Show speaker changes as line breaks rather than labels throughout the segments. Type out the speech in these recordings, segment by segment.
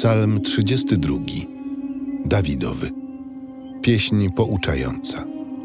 Psalm 32. Dawidowy. Pieśń pouczająca.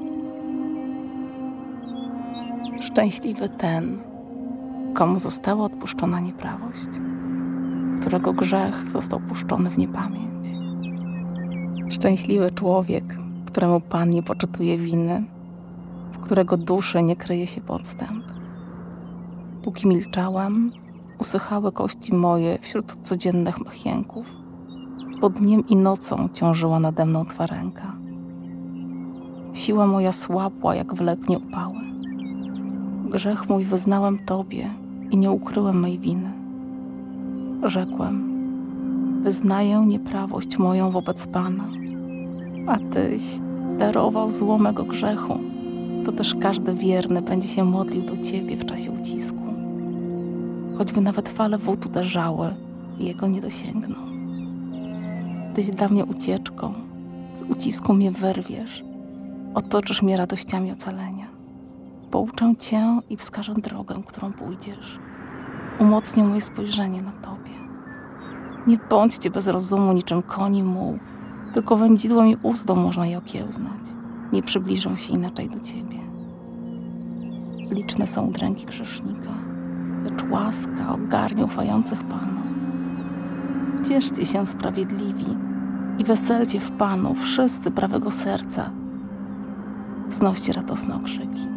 Szczęśliwy ten, komu została odpuszczona nieprawość, którego grzech został puszczony w niepamięć. Szczęśliwy człowiek, któremu Pan nie poczytuje winy, w którego duszy nie kryje się podstęp. Póki milczałem, usychały kości moje wśród codziennych mych jęków, bo dniem i nocą ciążyła nade mną Twa ręka. Siła moja słabła jak w letnie upały. Grzech mój wyznałem Tobie i nie ukryłem mej winy. Rzekłem: wyznaję nieprawość moją wobec Pana, a Tyś darował zło mego grzechu, to też każdy wierny będzie się modlił do Ciebie w czasie ucisku. Choćby nawet fale wód uderzały i jego nie dosięgną. Tyś dla mnie ucieczką, z ucisku mnie wyrwiesz, otoczysz mnie radościami ocalenia. Pouczę Cię i wskażę drogę, którą pójdziesz. Umocnię moje spojrzenie na Tobie. Nie bądźcie bez rozumu niczym koni muł, tylko wędzidłem i uzdą można je okiełznać. Nie przybliżą się inaczej do Ciebie. Liczne są udręki grzesznika, lecz łaska ogarnia ufających Panu. Cieszcie się sprawiedliwi i weselcie w Panu wszyscy prawego serca. Wznoście radosne okrzyki.